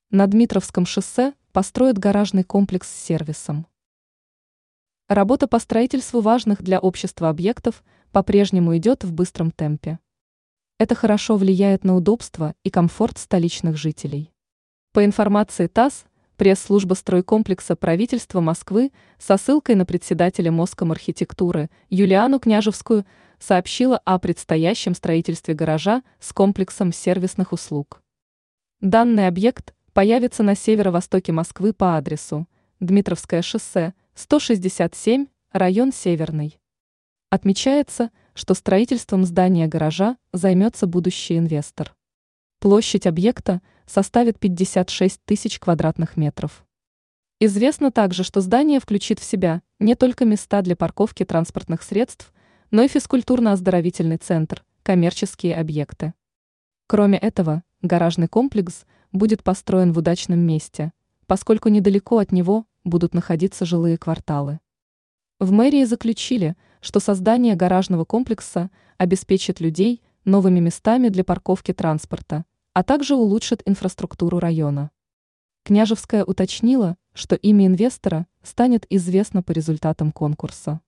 На Дмитровском шоссе построят гаражный комплекс с сервисом. Работа по строительству важных для общества объектов по-прежнему идет в быстром темпе. Это хорошо влияет на удобство и комфорт столичных жителей. По информации ТАСС, пресс-служба стройкомплекса правительства Москвы со ссылкой на председателя Москомархитектуры Юлиану Княжевскую сообщила о предстоящем строительстве гаража с комплексом сервисных услуг. Данный объект появится на северо-востоке Москвы по адресу Дмитровское шоссе, 167, район Северный. Отмечается, что строительством здания гаража займется будущий инвестор. Площадь объекта составит 56 тысяч квадратных метров. Известно также, что здание включит в себя не только места для парковки транспортных средств, но и физкультурно-оздоровительный центр, коммерческие объекты. Кроме этого, гаражный комплекс будет построен в удачном месте, поскольку недалеко от него будут находиться жилые кварталы. В мэрии заключили, что создание гаражного комплекса обеспечит людей новыми местами для парковки транспорта, а также улучшит инфраструктуру района. Княжевская уточнила, что имя инвестора станет известно по результатам конкурса.